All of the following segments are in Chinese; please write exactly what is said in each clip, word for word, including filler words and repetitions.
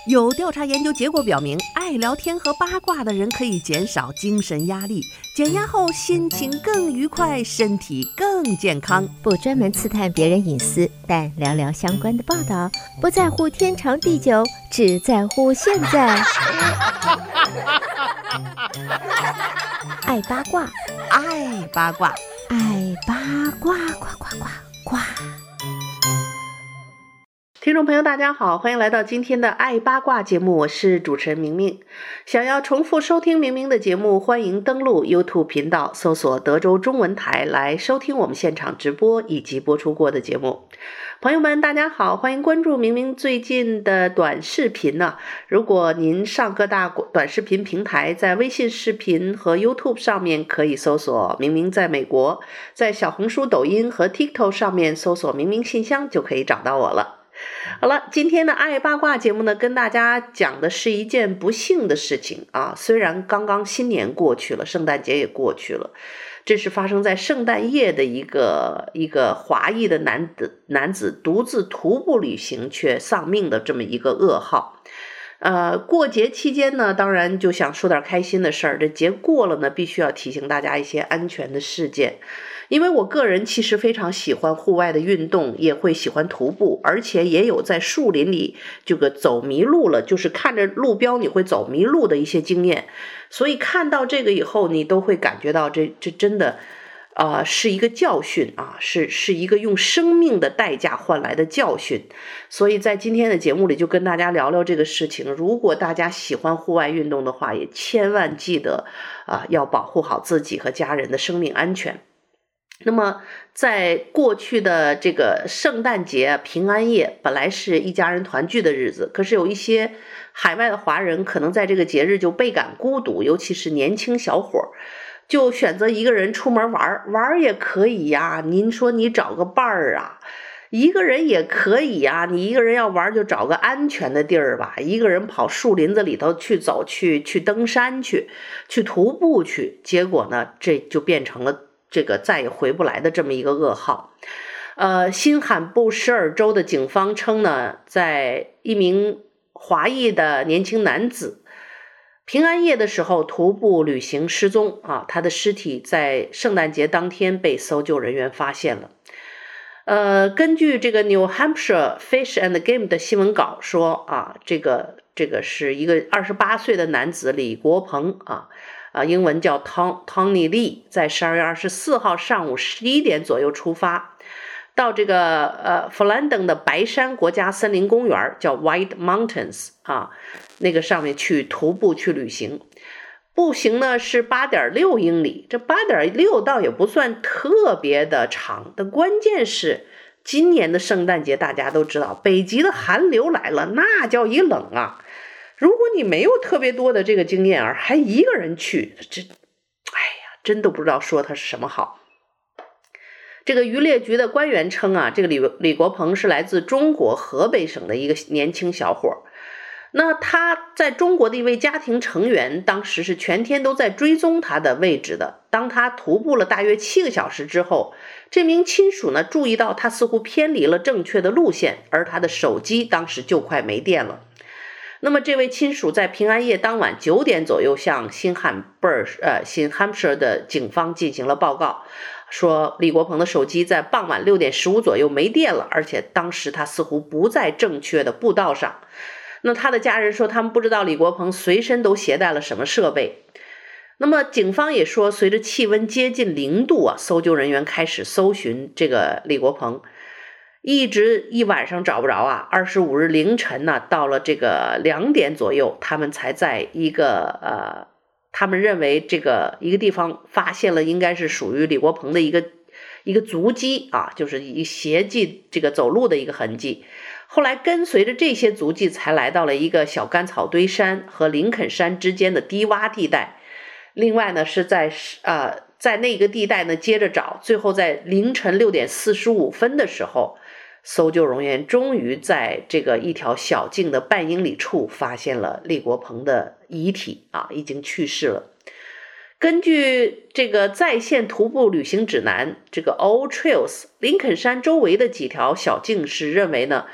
有调查研究结果表明，爱聊天和八卦的人可以减少精神压力，减压后心情更愉快，身体更健康。 不专门刺探别人隐私，但聊聊相关的报道，不在乎天长地久，只在乎现在。爱八卦， 爱八卦， 爱八卦，呱呱呱呱。 听众朋友大家好，欢迎来到今天的爱八卦节目，我是主持人明明。想要重复收听明明的节目，欢迎登录 YouTube 频道，搜索德州中文台来收听我们现场直播以及播出过的节目。朋友们大家好，欢迎关注明明最近的短视频呢、啊。如果您上各大短视频平台，在微信视频和 YouTube 上面可以搜索明明在美国，在小红书、抖音和 TikTok 上面搜索明明信箱就可以找到我了。好了，今天的爱八卦节目呢，跟大家讲的是一件不幸的事情啊。虽然刚刚新年过去了，圣诞节也过去了，这是发生在圣诞夜的一个一个华裔的男子男子独自徒步旅行却丧命的这么一个噩耗。呃，过节期间呢，当然就想说点开心的事儿。这节过了呢，必须要提醒大家一些安全的事件。因为我个人其实非常喜欢户外的运动，也会喜欢徒步，而且也有在树林里这个走迷路了，就是看着路标你会走迷路的一些经验。所以看到这个以后，你都会感觉到这这真的啊、呃、是一个教训啊，是是一个用生命的代价换来的教训。所以在今天的节目里就跟大家聊聊这个事情。如果大家喜欢户外运动的话，也千万记得啊、呃、要保护好自己和家人的生命安全。那么在过去的这个圣诞节平安夜本来是一家人团聚的日子，可是有一些海外的华人可能在这个节日就倍感孤独，尤其是年轻小伙就选择一个人出门玩玩也可以呀，您说你找个伴儿啊，一个人也可以呀，你一个人要玩就找个安全的地儿吧，一个人跑树林子里头去走去去登山去去徒步去，结果呢这就变成了这个再也回不来的这么一个噩耗。呃，新罕布什尔州的警方称呢，在一名华裔的年轻男子平安夜的时候徒步旅行失踪啊，他的尸体在圣诞节当天被搜救人员发现了。呃，根据这个 New Hampshire Fish and Game 的新闻稿说啊，这个这个是一个二十八岁的男子李国鹏啊。啊，英文叫 Tom Tony Lee， 在十二月二十四号上午十一点左右出发，到这个呃弗兰登的白山国家森林公园，叫 White Mountains 啊，那个上面去徒步去旅行。步行呢是 八点六英里，这 八点六 倒也不算特别的长，但关键是今年的圣诞节大家都知道，北极的寒流来了，那叫一冷啊。如果你没有特别多的这个经验，而还一个人去，这，哎呀，真都不知道说他是什么好。这个渔猎局的官员称啊，这个李李国鹏是来自中国河北省的一个年轻小伙。那他在中国的一位家庭成员，当时是全天都在追踪他的位置的。当他徒步了大约七个小时之后，这名亲属呢注意到他似乎偏离了正确的路线，而他的手机当时就快没电了。那么这位亲属在平安夜当晚九点左右向新罕布尔呃新罕布什尔的警方进行了报告，说李国鹏的手机在傍晚六点十五左右没电了，而且当时他似乎不在正确的步道上。那他的家人说他们不知道李国鹏随身都携带了什么设备。那么警方也说，随着气温接近零度啊，搜救人员开始搜寻这个李国鹏。一直一晚上找不着啊，二十五日凌晨呢，到了这个两点左右，他们才在一个呃，他们认为这个一个地方发现了应该是属于李国鹏的一个一个足迹啊，就是一鞋迹这个走路的一个痕迹。后来跟随着这些足迹，才来到了一个小干草堆山和林肯山之间的低洼地带。另外呢，是在呃在那个地带呢接着找，最后在凌晨六点四十五分的时候。搜救人员终于在这个一条小径的半英里处发现了李国鹏的遗体啊，已经去世了。根据这个在线徒步旅行指南，这个 All Trails 林肯山周围的几条小径是认为呢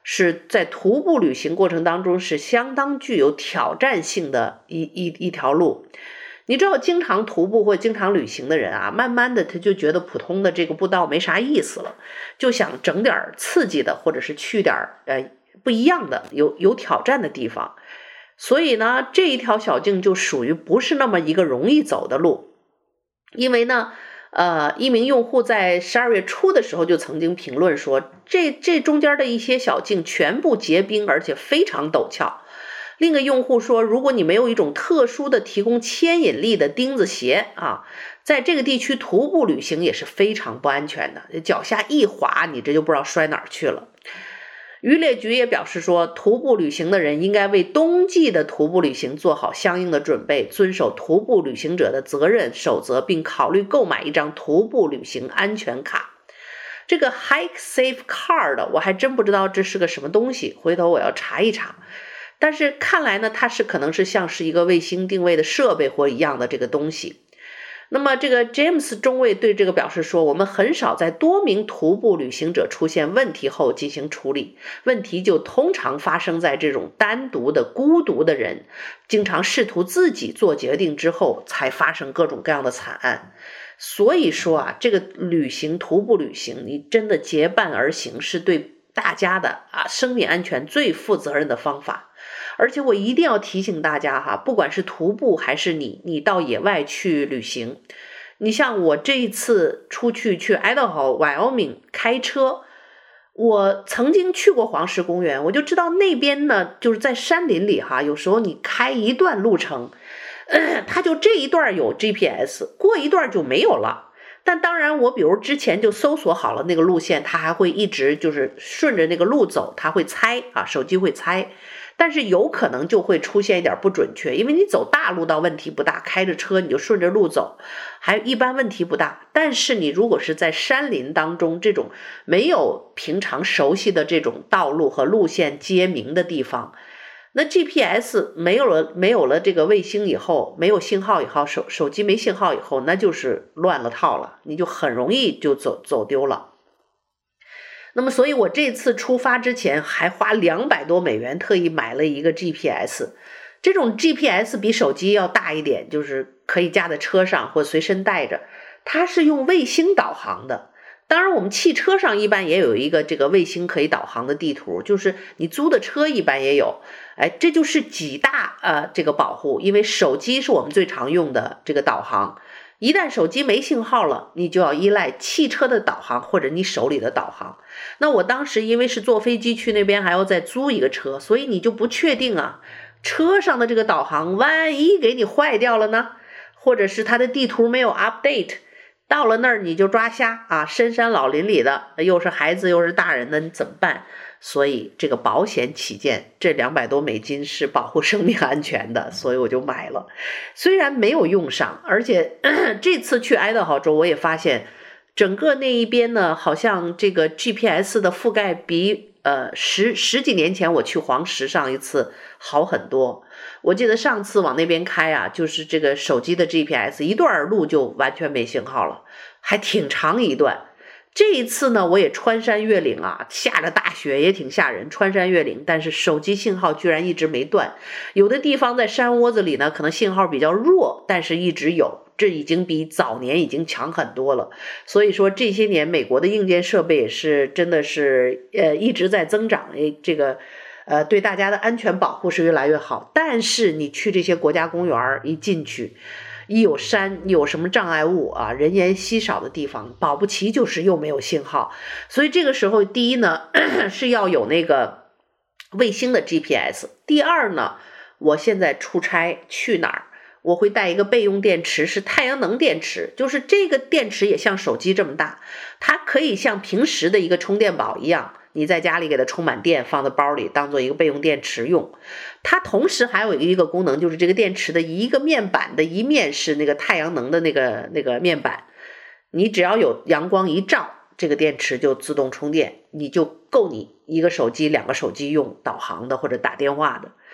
是在徒步旅行过程当中是相当具有挑战性的一一一条路。你知道经常徒步或经常旅行的人啊，慢慢的他就觉得普通的这个步道没啥意思了，就想整点刺激的，或者是去点呃不一样的有有挑战的地方。所以呢，这一条小径就属于不是那么一个容易走的路。因为呢呃，一名用户在十二月初的时候就曾经评论说，这这中间的一些小径全部结冰，而且非常陡峭。另一个用户说，如果你没有一种特殊的提供牵引力的钉子鞋啊，在这个地区徒步旅行也是非常不安全的，脚下一滑，你这就不知道摔哪儿去了。渔猎局也表示说，徒步旅行的人应该为冬季的徒步旅行做好相应的准备，遵守徒步旅行者的责任守则，并考虑购买一张徒步旅行安全卡。这个 Hike Safe Card 我还真不知道这是个什么东西，回头我要查一查。但是看来呢，它是可能是像是一个卫星定位的设备或一样的这个东西。那么这个 James 中尉对这个表示说，我们很少在多名徒步旅行者出现问题后进行处理，问题就通常发生在这种单独的孤独的人经常试图自己做决定之后才发生各种各样的惨案。所以说啊，这个旅行徒步旅行你真的结伴而行是对大家的啊生命安全最负责任的方法。而且我一定要提醒大家哈，不管是徒步还是你你到野外去旅行，你像我这一次出去去 Idaho、Wyoming 开车，我曾经去过黄石公园，我就知道那边呢就是在山林里哈，有时候你开一段路程，呃，它就这一段有 G P S， 过一段就没有了。但当然我比如之前就搜索好了那个路线，它还会一直就是顺着那个路走，它会猜啊，手机会猜。但是有可能就会出现一点不准确，因为你走大路道问题不大，开着车你就顺着路走，还一般问题不大。但是你如果是在山林当中，这种没有平常熟悉的这种道路和路线接明的地方，那 G P S 没有了没有了这个卫星以后，没有信号以后，手手机没信号以后，那就是乱了套了，你就很容易就走走丢了。那么所以我这次出发之前还花两百多美元特意买了一个 G P S， 这种 G P S 比手机要大一点，就是可以架在车上或随身带着，它是用卫星导航的。当然我们汽车上一般也有一个这个卫星可以导航的地图，就是你租的车一般也有。哎，这就是几大呃这个保护，因为手机是我们最常用的这个导航，一旦手机没信号了，你就要依赖汽车的导航或者你手里的导航。那我当时因为是坐飞机去那边，还要再租一个车，所以你就不确定啊，车上的这个导航万一给你坏掉了呢，或者是它的地图没有 update， 到了那儿你就抓瞎啊，深山老林里的，又是孩子又是大人的，你怎么办？所以这个保险起见，这两百多美金是保护生命安全的，所以我就买了。虽然没有用上，而且这次去爱达荷州我也发现整个那一边呢，好像这个 G P S 的覆盖比呃十十几年前我去黄石上一次好很多。我记得上次往那边开啊，就是这个手机的 G P S 一段路就完全没信号了，还挺长一段。这一次呢，我也穿山越岭啊，下着大雪也挺吓人，穿山越岭，但是手机信号居然一直没断。有的地方在山窝子里呢，可能信号比较弱，但是一直有，这已经比早年已经强很多了。所以说这些年美国的硬件设备也是真的是呃一直在增长，诶这个呃对大家的安全保护是越来越好。但是你去这些国家公园一进去，一有山有什么障碍物啊，人烟稀少的地方，保不齐就是又没有信号。所以这个时候第一呢是要有那个卫星的 G P S， 第二呢，我现在出差去哪儿我会带一个备用电池，是太阳能电池，就是这个电池也像手机这么大，它可以像平时的一个充电宝一样，你在家里给它充满电，放在包里当做一个备用电池用。它同时还有一个功能，就是这个电池的一个面板的一面是那个太阳能的那个那个面板，你只要有阳光一照，这个电池就自动充电，你就够你一个手机两个手机用导航的或者打电话的。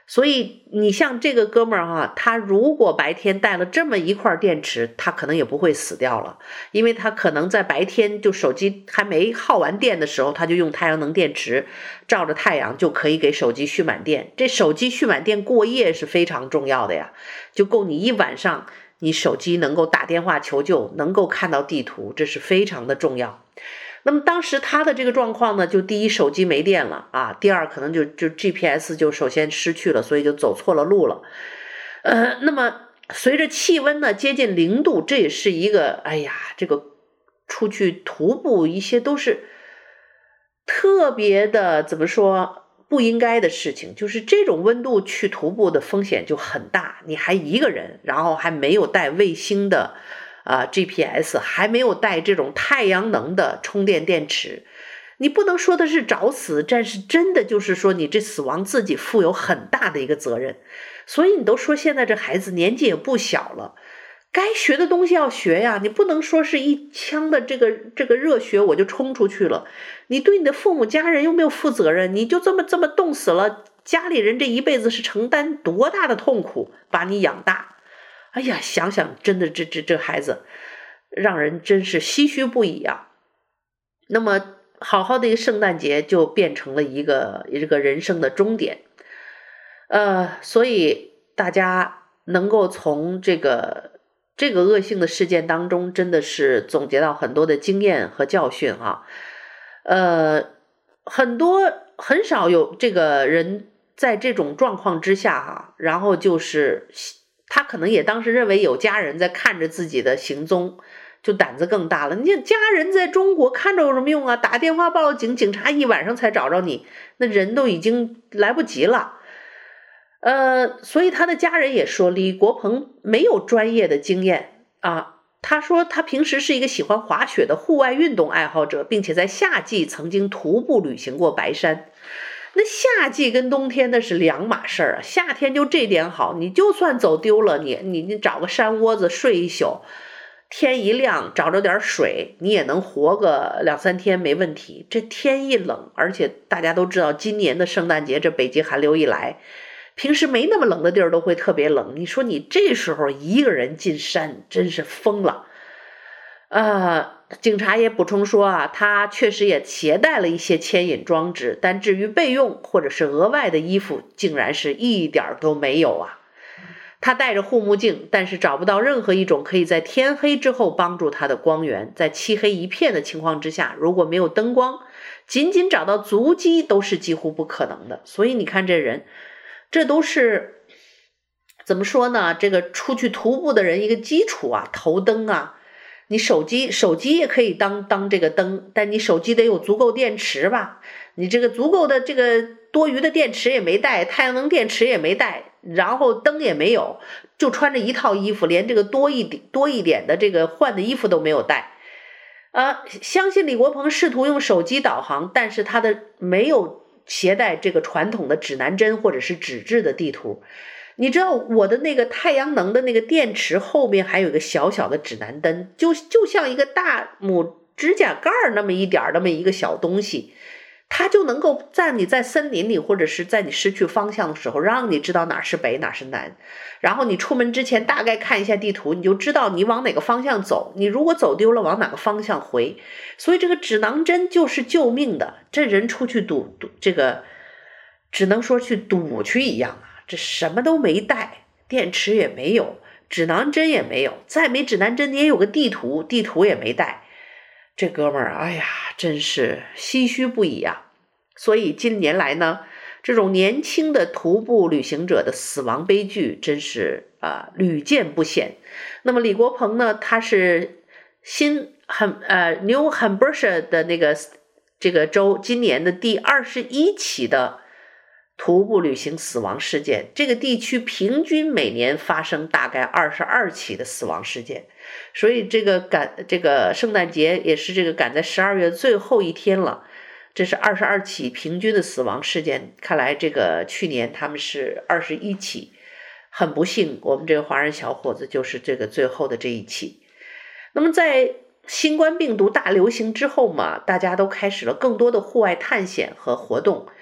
所以你像这个哥们儿哈，他如果白天带了这么一块电池，他可能也不会死掉了，因为他可能在白天就手机还没耗完电的时候，他就用太阳能电池照着太阳就可以给手机蓄满电。这手机蓄满电过夜是非常重要的呀，就够你一晚上你手机能够打电话求救，能够看到地图，这是非常的重要。那么当时他的这个状况呢，就第一手机没电了啊，第二可能就就 G P S 就首先失去了，所以就走错了路了。呃，那么随着气温呢接近零度，这也是一个哎呀，这个出去徒步一些都是特别的怎么说不应该的事情，就是这种温度去徒步的风险就很大，你还一个人，然后还没有带卫星的啊、呃、G P S， 还没有带这种太阳能的充电电池，你不能说的是找死，但是真的就是说你这死亡自己负有很大的一个责任。所以你都说现在这孩子年纪也不小了，该学的东西要学呀，你不能说是一腔的这个这个热血我就冲出去了，你对你的父母家人有没有负责任？你就这么这么冻死了，家里人这一辈子是承担多大的痛苦把你养大。哎呀，想想真的这这这孩子让人真是唏嘘不已啊。那么好好的一个圣诞节就变成了一个一个人生的终点。呃，所以大家能够从这个这个恶性的事件当中真的是总结到很多的经验和教训啊。呃，很多很少有这个人在这种状况之下哈，然后就是他可能也当时认为有家人在看着自己的行踪，就胆子更大了。你家人在中国看着有什么用啊？打电话报警，警察一晚上才找着你，那人都已经来不及了。呃，所以他的家人也说李国鹏没有专业的经验啊。他说他平时是一个喜欢滑雪的户外运动爱好者，并且在夏季曾经徒步旅行过白山。那夏季跟冬天那是两码事儿啊，夏天就这点好，你就算走丢了，你你你找个山窝子睡一宿，天一亮找着点水，你也能活个两三天没问题。这天一冷，而且大家都知道今年的圣诞节这北极寒流一来，平时没那么冷的地儿都会特别冷，你说你这时候一个人进山真是疯了。呃，警察也补充说啊，他确实也携带了一些牵引装置，但至于备用或者是额外的衣服竟然是一点都没有啊。他戴着护目镜，但是找不到任何一种可以在天黑之后帮助他的光源，在漆黑一片的情况之下，如果没有灯光，仅仅找到足迹都是几乎不可能的。所以你看这人，这都是怎么说呢，这个出去徒步的人一个基础啊，头灯啊，你手机手机也可以当当这个灯，但你手机得有足够电池吧，你这个足够的这个多余的电池也没带，太阳能电池也没带，然后灯也没有，就穿着一套衣服，连这个多一点多一点的这个换的衣服都没有带。呃，相信李国鹏试图用手机导航，但是他的没有携带这个传统的指南针或者是纸质的地图。你知道我的那个太阳能的那个电池后面还有一个小小的指南灯，就就像一个大拇指甲盖那么一点那么一个小东西，它就能够在你在森林里或者是在你失去方向的时候让你知道哪是北哪是南，然后你出门之前大概看一下地图，你就知道你往哪个方向走，你如果走丢了往哪个方向回。所以这个指南针就是救命的，这人出去赌赌这个只能说去赌去一样啊，这什么都没带，电池也没有，指南针也没有，再没指南针你也有个地图，地图也没带。这哥们儿哎呀真是唏嘘不已啊。所以近年来呢，这种年轻的徒步旅行者的死亡悲剧真是啊、呃、屡见不鲜。那么李国鹏呢，他是新很呃 New Hampshire 的那个这个州今年的第二十一起的徒步旅行死亡事件，这个地区平均每年发生大概二十二起的死亡事件。所以这个赶这个圣诞节也是这个赶在十二月最后一天了，这是二十二起平均的死亡事件。看来这个去年他们是二十一起，很不幸我们这个华人小伙子就是这个最后的这一起。那么在新冠病毒大流行之后嘛，大家都开始了更多的户外探险和活动。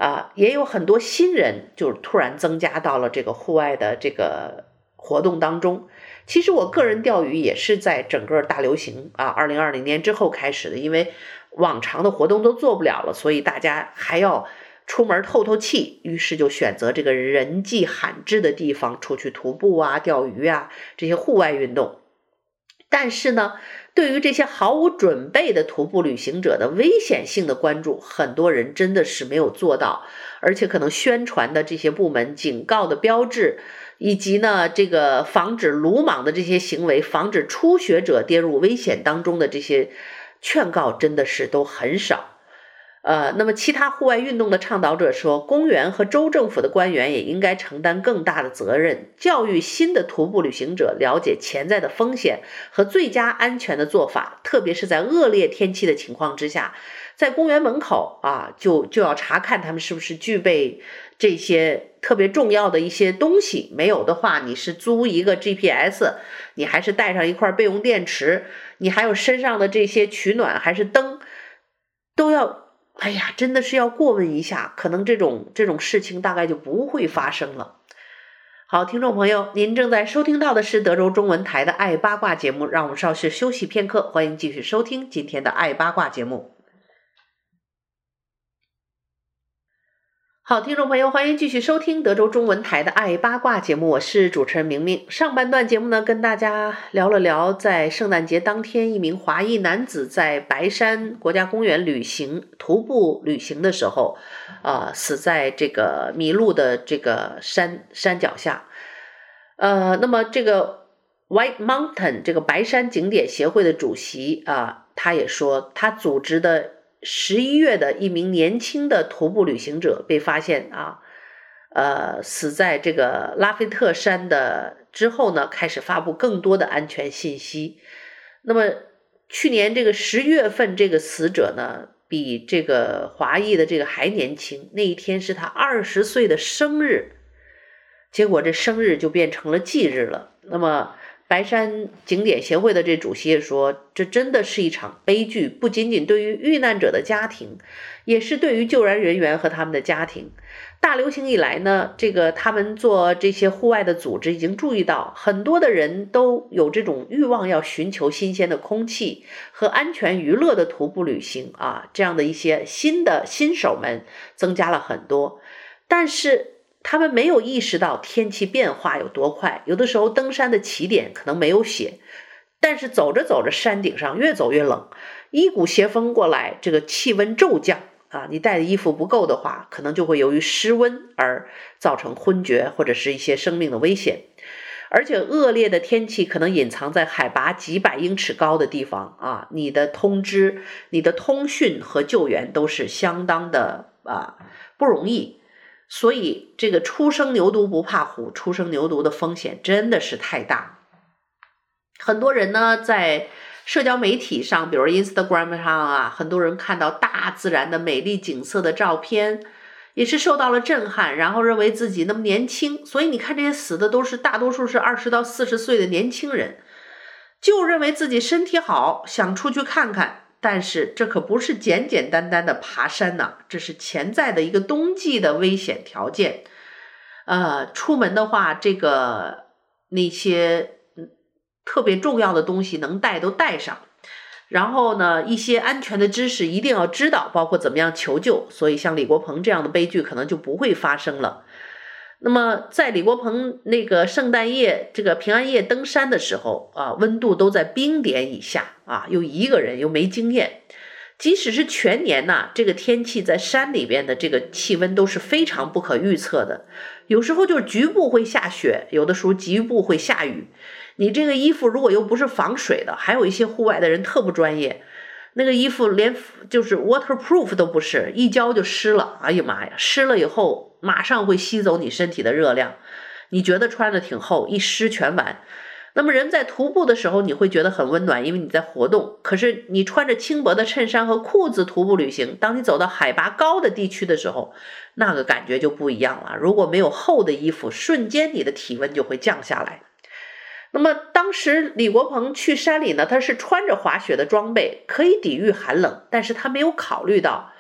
啊，也有很多新人就突然增加到了这个户外的这个活动当中。其实我个人钓鱼也是在整个大流行啊二零二零年之后开始的，因为往常的活动都做不了了，所以大家还要出门透透气，于是就选择这个人迹罕至的地方出去徒步啊、钓鱼啊这些户外运动。但是呢，对于这些毫无准备的徒步旅行者的危险性的关注，很多人真的是没有做到，而且可能宣传的这些部门警告的标志，以及呢这个防止鲁莽的这些行为，防止初学者跌入危险当中的这些劝告，真的是都很少。呃，那么其他户外运动的倡导者说，公园和州政府的官员也应该承担更大的责任，教育新的徒步旅行者了解潜在的风险和最佳安全的做法，特别是在恶劣天气的情况之下，在公园门口啊，就就要查看他们是不是具备这些特别重要的一些东西，没有的话，你是租一个 G P S， 你还是带上一块备用电池，你还有身上的这些取暖还是灯，都要哎呀，真的是要过问一下，可能这种这种事情大概就不会发生了。好，听众朋友，您正在收听到的是德州中文台的爱八卦节目，让我们稍事休息片刻，欢迎继续收听今天的爱八卦节目。好，听众朋友，欢迎继续收听德州中文台的爱八卦节目，我是主持人明明。上半段节目呢，跟大家聊了聊在圣诞节当天，一名华裔男子在白山国家公园旅行徒步旅行的时候，呃，死在这个迷路的这个山山脚下。呃，那么这个 White Mountain 这个白山景点协会的主席啊、呃，他也说，他组织的十一月的一名年轻的徒步旅行者被发现啊，呃，死在这个拉菲特山的之后呢，开始发布更多的安全信息。那么去年这个十月份，这个死者呢，比这个华裔的这个还年轻，那一天是他二十岁的生日，结果这生日就变成了忌日了。那么白山景点协会的这主席也说，这真的是一场悲剧，不仅仅对于遇难者的家庭，也是对于救援人员和他们的家庭。大流行以来呢，这个他们做这些户外的组织已经注意到，很多的人都有这种欲望，要寻求新鲜的空气和安全娱乐的徒步旅行啊，这样的一些新的新手们增加了很多，但是他们没有意识到天气变化有多快，有的时候登山的起点可能没有写，但是走着走着山顶上越走越冷，一股斜风过来，这个气温骤降啊，你带的衣服不够的话，可能就会由于失温而造成昏厥或者是一些生命的危险。而且恶劣的天气可能隐藏在海拔几百英尺高的地方啊，你的通知、你的通讯和救援都是相当的啊不容易。所以这个初生牛犊不怕虎，初生牛犊的风险真的是太大。很多人呢在社交媒体上，比如 Instagram 上啊，很多人看到大自然的美丽景色的照片，也是受到了震撼，然后认为自己那么年轻，所以你看这些死的都是大多数是二十到四十岁的年轻人，就认为自己身体好，想出去看看。但是这可不是简简单单的爬山呐、啊，这是潜在的一个冬季的危险条件。呃，出门的话，这个那些特别重要的东西能带都带上，然后呢，一些安全的知识一定要知道，包括怎么样求救。所以像李国鹏这样的悲剧可能就不会发生了。那么在李国鹏那个圣诞夜这个平安夜登山的时候啊，温度都在冰点以下啊，又一个人又没经验，即使是全年呐、啊，这个天气在山里边的这个气温都是非常不可预测的，有时候就是局部会下雪，有的时候局部会下雨。你这个衣服如果又不是防水的，还有一些户外的人特不专业，那个衣服连就是 waterproof 都不是，一浇就湿了，哎呀妈呀，湿了以后马上会吸走你身体的热量，你觉得穿的挺厚，一湿全完。那么人在徒步的时候你会觉得很温暖，因为你在活动，可是你穿着轻薄的衬衫和裤子徒步旅行，当你走到海拔高的地区的时候，那个感觉就不一样了。如果没有厚的衣服，瞬间你的体温就会降下来。那么当时李国鹏去山里呢，他是穿着滑雪的装备，可以抵御寒冷，但是他没有考虑到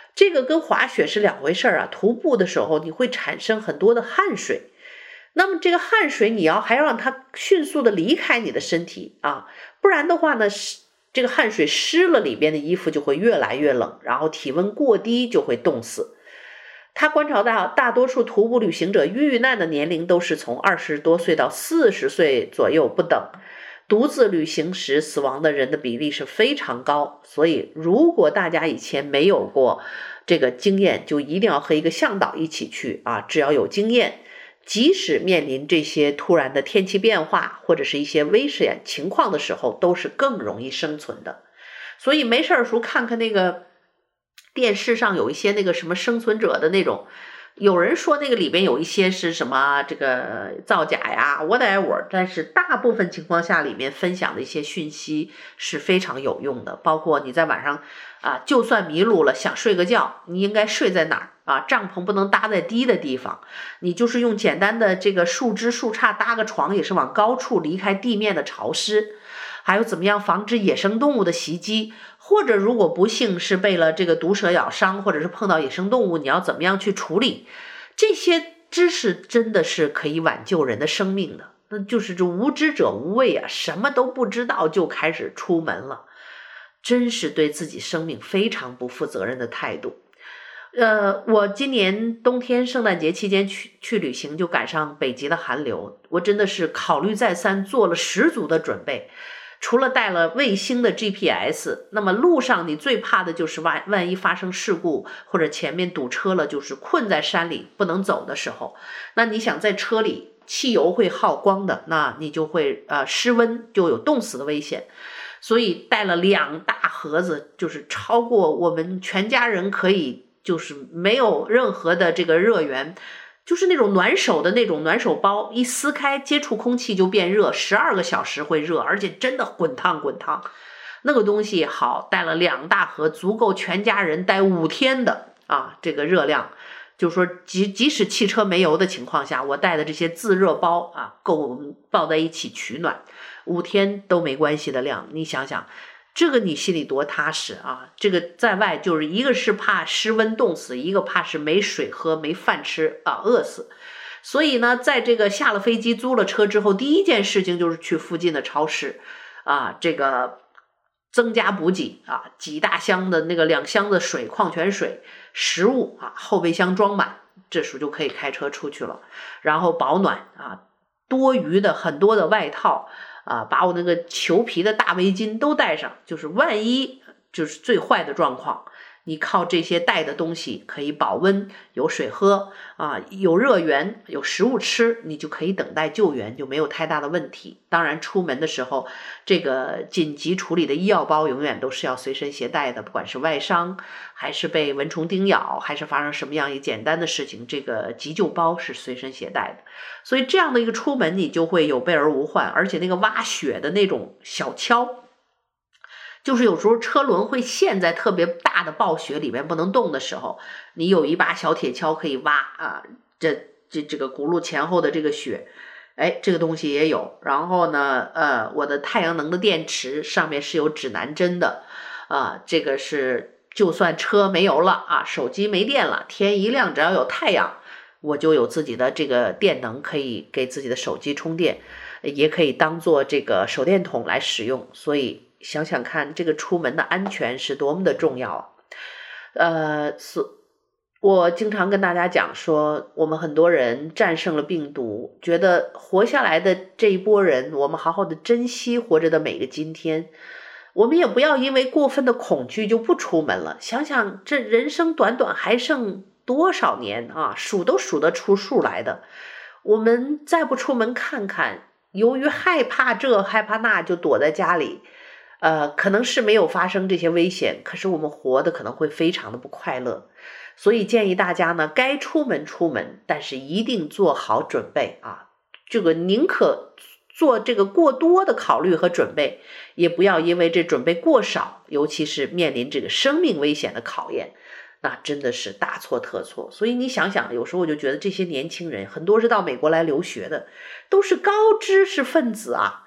这个跟滑雪是两回事啊，徒步的时候你会产生很多的汗水，那么这个汗水你要还要让它迅速的离开你的身体啊，不然的话呢，这个汗水湿了，里边的衣服就会越来越冷，然后体温过低就会冻死。他观察到大多数徒步旅行者遇难的年龄都是从二十多岁到四十岁左右不等，独自旅行时死亡的人的比例是非常高。所以如果大家以前没有过这个经验，就一定要和一个向导一起去啊！只要有经验，即使面临这些突然的天气变化或者是一些危险情况的时候，都是更容易生存的。所以没事的时候看看那个电视上有一些那个什么生存者的那种，有人说那个里边有一些是什么这个造假呀 whatever， 但是大部分情况下里面分享的一些讯息是非常有用的，包括你在晚上啊，就算迷路了想睡个觉，你应该睡在哪儿啊？帐篷不能搭在低的地方，你就是用简单的这个树枝树杈搭个床，也是往高处离开地面的潮湿。还有怎么样防止野生动物的袭击，或者如果不幸是被了这个毒蛇咬伤，或者是碰到野生动物，你要怎么样去处理？这些知识真的是可以挽救人的生命的。那就是这无知者无畏啊，什么都不知道就开始出门了，真是对自己生命非常不负责任的态度。呃，我今年冬天圣诞节期间去去旅行，就赶上北极的寒流，我真的是考虑再三，做了十足的准备。除了带了卫星的 G P S， 那么路上你最怕的就是万万一发生事故，或者前面堵车了，就是困在山里不能走的时候，那你想在车里汽油会耗光的，那你就会呃失温，就有冻死的危险。所以带了两大盒子，就是超过我们全家人可以，就是没有任何的这个热源，就是那种暖手的那种暖手包，一撕开接触空气就变热，十二个小时会热，而且真的滚烫滚烫。那个东西好，带了两大盒，足够全家人待五天的啊，这个热量。就是说即即使汽车没油的情况下，我带的这些自热包啊，够我们抱在一起取暖，五天都没关系的量。你想想，这个你心里多踏实啊！这个在外就是一个是怕失温冻死，一个怕是没水喝没饭吃啊饿死。所以呢，在这个下了飞机租了车之后，第一件事情就是去附近的超市啊，这个增加补给啊，几大箱的那个两箱的水，矿泉水、食物啊，后备箱装满，这时候就可以开车出去了。然后保暖啊，多余的很多的外套啊，把我那个裘皮的大围巾都带上，就是万一就是最坏的状况，你靠这些带的东西可以保温，有水喝啊，有热源，有食物吃，你就可以等待救援，就没有太大的问题。当然出门的时候，这个紧急处理的医药包永远都是要随身携带的，不管是外伤还是被蚊虫叮咬，还是发生什么样一简单的事情，这个急救包是随身携带的。所以这样的一个出门，你就会有备而无患。而且那个挖雪的那种小锹，就是有时候车轮会陷在特别大的暴雪里面不能动的时候，你有一把小铁锹可以挖啊，这这这个轱辘前后的这个雪，哎，这个东西也有。然后呢，呃，我的太阳能的电池上面是有指南针的，啊，这个是就算车没油了啊，手机没电了，天一亮，只要有太阳，我就有自己的这个电能，可以给自己的手机充电，也可以当做这个手电筒来使用。所以想想看，这个出门的安全是多么的重要。呃，我经常跟大家讲说，我们很多人战胜了病毒，觉得活下来的这一波人，我们好好的珍惜活着的每个今天。我们也不要因为过分的恐惧就不出门了。想想这人生短短还剩多少年啊，数都数得出数来的。我们再不出门看看，由于害怕这害怕那就躲在家里，呃，可能是没有发生这些危险，可是我们活得可能会非常的不快乐。所以建议大家呢，该出门出门，但是一定做好准备啊。这个宁可做这个过多的考虑和准备，也不要因为这准备过少，尤其是面临这个生命危险的考验，那真的是大错特错。所以你想想，有时候我就觉得这些年轻人，很多是到美国来留学的，都是高知识分子啊，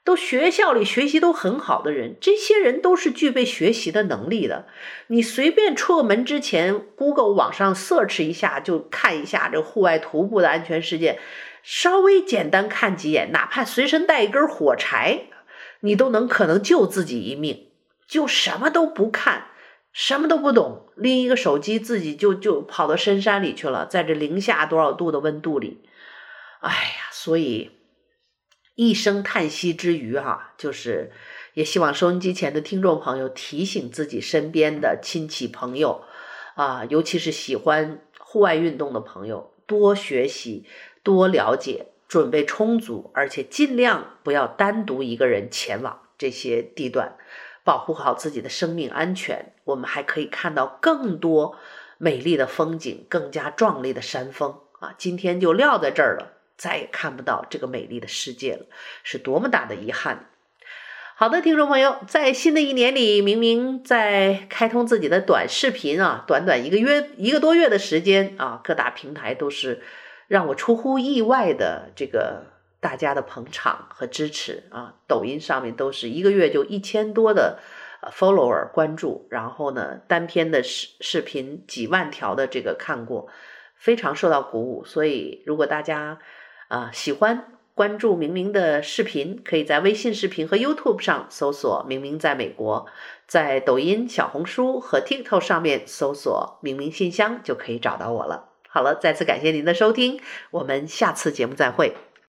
都学校里学习都很好的人，这些人都是具备学习的能力的。你随便出个门之前 Google 网上 search 一下，就看一下这户外徒步的安全事件，稍微简单看几眼，哪怕随身带一根火柴，你都能可能救自己一命。就什么都不看，什么都不懂，拎一个手机自己就就跑到深山里去了，在这零下多少度的温度里。哎呀，所以一声叹息之余哈，就是也希望收音机前的听众朋友提醒自己身边的亲戚朋友啊，尤其是喜欢户外运动的朋友，多学习，多了解，准备充足，而且尽量不要单独一个人前往这些地段，保护好自己的生命安全。我们还可以看到更多美丽的风景，更加壮丽的山峰啊！今天就撂在这儿了，再也看不到这个美丽的世界了，是多么大的遗憾。好的，听众朋友，在新的一年里，明明在开通自己的短视频啊，短短一个月一个多月的时间啊，各大平台都是让我出乎意外的这个大家的捧场和支持啊，抖音上面都是一个月就一千多的 follower 关注，然后呢单篇的视视频几万条的这个看过，非常受到鼓舞。所以如果大家啊喜欢关注明明的视频，可以在微信视频和 YouTube 上搜索明明在美国，在抖音、小红书和 TikTok 上面搜索明明信箱就可以找到我了。好了，再次感谢您的收听，我们下次节目再会。